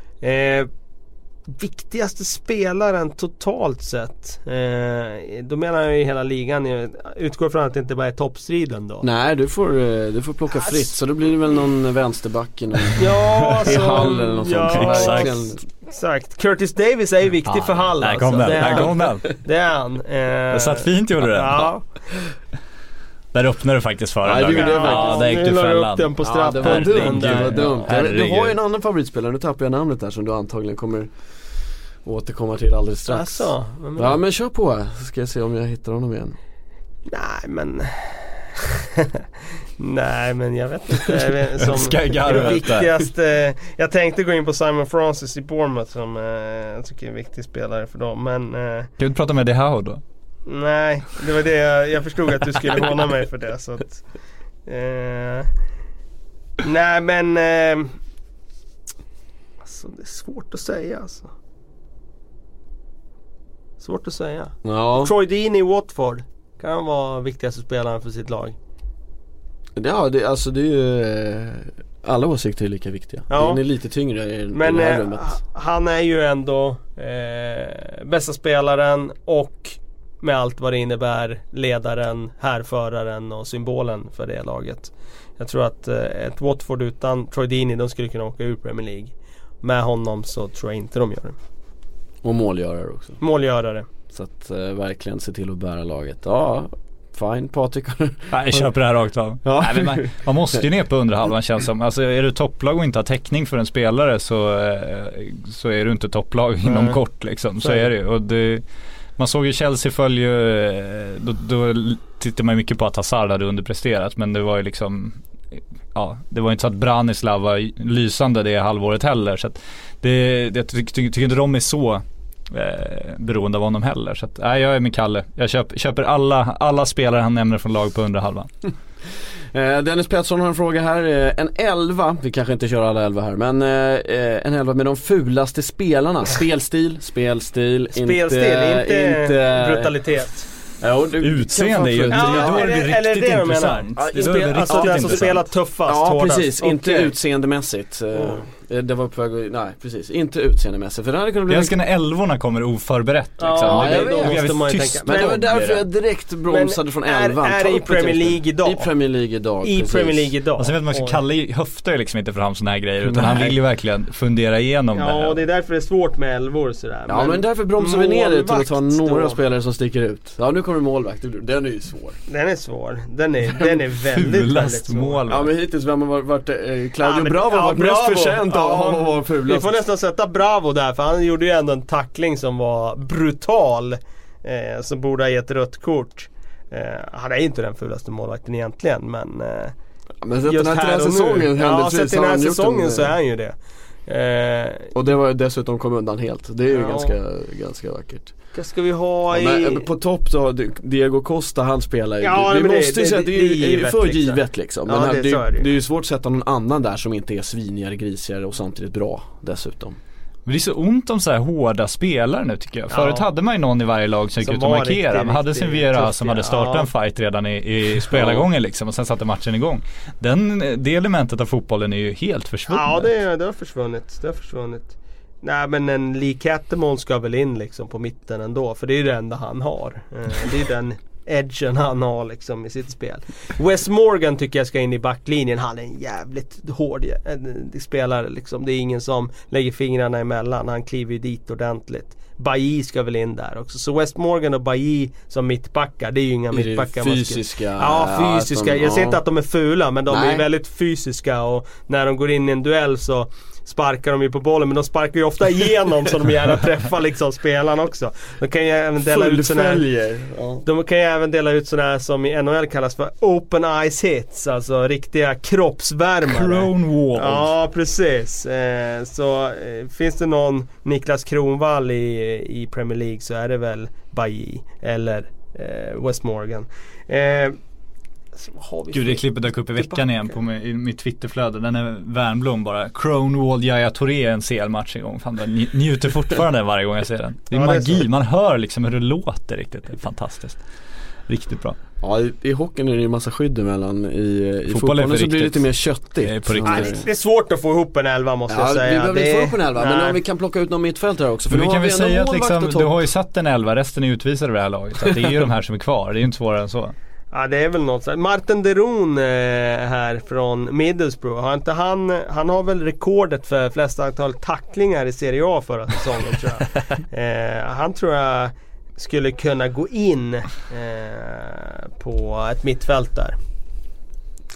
Viktigaste spelaren totalt sett, då menar jag i hela ligan. Jag utgår från att det inte bara är toppstriden då. Nej, du får plocka fritt. Så då blir det väl någon vänsterback i Hall eller något sånt. Exakt. Curtis Davis är ju viktig för Hall. Där kom den. Det är han. Det satt fint, gjorde det. Ja. Där öppnade du faktiskt för den. Där gick du fällan. Upp den på straffen. Det var dumt. Du har ju en annan favoritspelare. Nu tappar jag namnet där som du antagligen kommer återkomma till alldeles strax. Alltså, ja, men kör på. Så ska jag se om jag hittar honom igen. Nej, men Nej, men jag vet inte. Ska jag det viktigaste, jag tänkte gå in på Simon Francis i Bournemouth som jag tycker är en viktig spelare för dem. Men kan du inte prata med De Hau då? Nej, det var det jag förstod att du skulle håna mig för det. Så att, nej, men alltså, det är svårt att säga alltså. Svårt att säga. Ja. Troy Deeney i Watford kan han vara viktigaste spelaren för sitt lag? Ja, det är ju alla åsikter är lika viktiga. Ja. Den är lite tyngre i men, det här rummet. Han är ju ändå bästa spelaren och med allt vad det innebär ledaren, härföraren och symbolen för det laget. Jag tror att ett Watford utan Troy Deeney, de skulle kunna åka ur Premier League. Med honom så tror jag inte de gör det. Och målgörare också. Målgörare. Så att verkligen se till att bära laget. Ja, fine, Patrik. Nej, jag köper det här rakt av. Ja. Nej, man måste ju ner på underhalvan, känns som. Alltså är du topplag och inte har täckning för en spelare så är du inte topplag inom kort liksom. Så är det ju. Och man såg ju Chelsea följa, då tittar man mycket på att Hazard hade underpresterat, men det var ju liksom, ja, det var inte så att Branislav var lysande det halvåret heller, så att jag tycker inte de är så beroende av honom heller, så att jag är med Kalle. Jag köper alla spelare han nämner från lag på underhalvan. Dennis Pettersson har en fråga här. En 11, vi kanske inte kör alla 11 här, men en 11 med de fulaste spelarna. Spelstil, inte brutalitet. Ja, utseende är ju riktigt intressant. Alltså den som spelar tuffast, ja, hårdast. precis, inte utseendemässigt. Det var på väg, nej precis, inte utseendemässigt. För det hade kunnat bli... Jag älskar när 11:orna kommer oförberett liksom. Ja, det måste man ju tänka. Men det var därför jag direkt bromsade från 11. Är det i Premier League idag? I Premier League idag. Och sen vet man också, Kalle höftar ju liksom inte fram såna här grejer, utan han vill ju verkligen fundera igenom det. Ja, och det är därför det är svårt med 11 sådär. Ja, men därför bromsar vi ner det till att ta några spelare som sticker ut. Ja, nu kommer målvakt. Den är ju svår. Den är svår. Den är väldigt svår. Målvakt. Ja, men hittills vem har varit Claudio Bravo har varit mest förtjänt av att vara fulast. Vi får nästan sätta Bravo där, för han gjorde ju ändå en tackling som var brutal, som borde ha gett rött kort. Han är inte den fulaste målvakten egentligen, men sett den här säsongen sett den här säsongen så är han ju det. Och det var dessutom kom undan helt. Det är ju ganska vackert. Vad ska vi ha men på topp så Diego Costa, han spelar ju. Ja, vi måste ju säga att det är för givet liksom. Men ja, det är ju svårt att sätta någon annan där som inte är svinigare, grisigare och samtidigt bra dessutom. Men det är så ont om så här hårda spelare nu tycker jag. Förut hade man ju någon i varje lag som gick ut och markerade. Man hade sin Viera som hade startat en fight redan i spelargången liksom, och sen satte matchen igång. Det elementet av fotbollen är ju helt försvunnet. Ja, det har försvunnit. Nej, men en Lee Cattermole ska väl in liksom på mitten ändå, för det är ju det enda han har. Det är den edgen han har liksom i sitt spel. Wes Morgan tycker jag ska in i backlinjen. Han är en jävligt hård spelare liksom. Det är ingen som lägger fingrarna emellan. Han kliver ju dit ordentligt. Bailly ska väl in där också. Så West Morgan och Bailly som mittbackar, det är ju inga mittbackar. Fysiska. Ja, fysiska. Jag säger inte att de är fula, men de är väldigt fysiska, och när de går in i en duell så sparkar de ju på bollen, men de sparkar ju ofta igenom så de gärna träffar liksom spelarna också. De kan ju även dela ut såna här, de kan ju även dela ut såna här som i NHL kallas för open eyes hits, alltså riktiga kroppsvärmare. Kronwall. Ja, precis. Så finns det någon Niklas Kronwall i Premier League, så är det väl Bailly eller West Morgan. Gud, det klippet dök upp i veckan igen på mitt Twitterflöde. Den är Värnblom bara. Kronwall, Yaya Touré, en CL-match igång. Fan, jag njuter fortfarande varje gång jag ser den. Det är magi, man hör liksom hur det låter riktigt. Det är fantastiskt. Riktigt bra. Ja, i hockeyn är det ju en massa skydd emellan. I fotbollen så blir det lite mer köttigt. Det är svårt att få ihop en 11, måste jag säga. Vi behöver inte få ihop en 11, men om vi kan plocka ut någon mittfältare också. För vi kan väl säga att liksom, du har ju satt en 11, resten är utvisade vid det här laget. Så det är ju de här som är kvar, det är ju inte svårare än så. Ja, det är väl något så. Martin Deron här från Middlesbrough, han har väl rekordet för flesta antal tacklingar i Serie A förra säsongen, tror jag. Han tror jag skulle kunna gå in på ett mittfält där.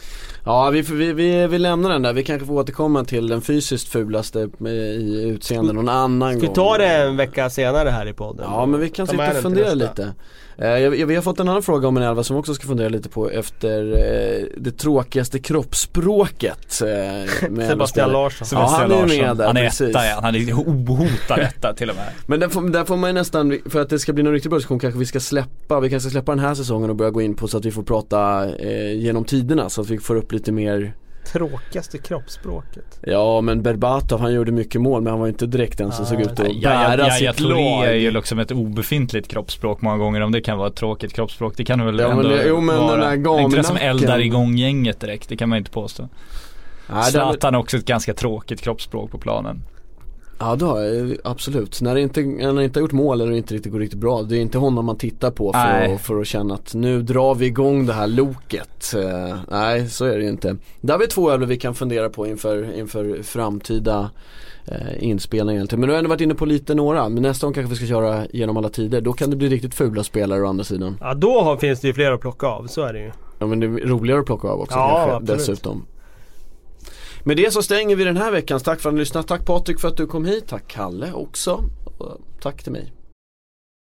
Ja, vi lämnar den där. Vi kanske får återkomma till den fysiskt fulaste i utseende någon annan gång. Ska vi ta det en vecka senare här i podden? Ja, men vi kan sitta och fundera lite. Vi har fått en annan fråga om en elva som också ska fundera lite på efter det tråkigaste kroppsspråket med Sebastian Larsson. Ja, han är med där, han är precis. etta, han är ohotad etta till och med. Men där får man ju nästan, för att det ska bli någon riktig bra diskussion, kanske vi ska släppa den här säsongen och börja gå in på så att vi får prata genom tiderna, så att vi får upp lite mer tråkigaste kroppsspråket. Ja, men Berbatov, han gjorde mycket mål, men han var inte direkt den som såg ut att bära sitt lag. är ju liksom ett obefintligt kroppsspråk många gånger, om det kan vara ett tråkigt kroppsspråk. Det kan väl ändå vara. Den här inte det som eldar igång gänget direkt, det kan man inte påstå. Zlatan är också ett ganska tråkigt kroppsspråk på planen. Ja, då, absolut. När han inte har gjort mål eller inte riktigt går riktigt bra, det är inte honom man tittar på för att känna att nu drar vi igång det här loket. Nej, så är det ju inte. Där har vi 2 över vi kan fundera på inför framtida inspelningar. Men du har ändå varit inne på lite några. Men nästa gång kanske vi ska köra genom alla tider. Då kan det bli riktigt fula spelare å andra sidan. Ja, då finns det ju fler att plocka av, så är det ju. Ja, men det är roligare att plocka av också, kanske, absolut. Dessutom. Med det så stänger vi den här veckan. Tack för att ni lyssnade. Tack Patrik för att du kom hit. Tack Kalle också. Och tack till mig.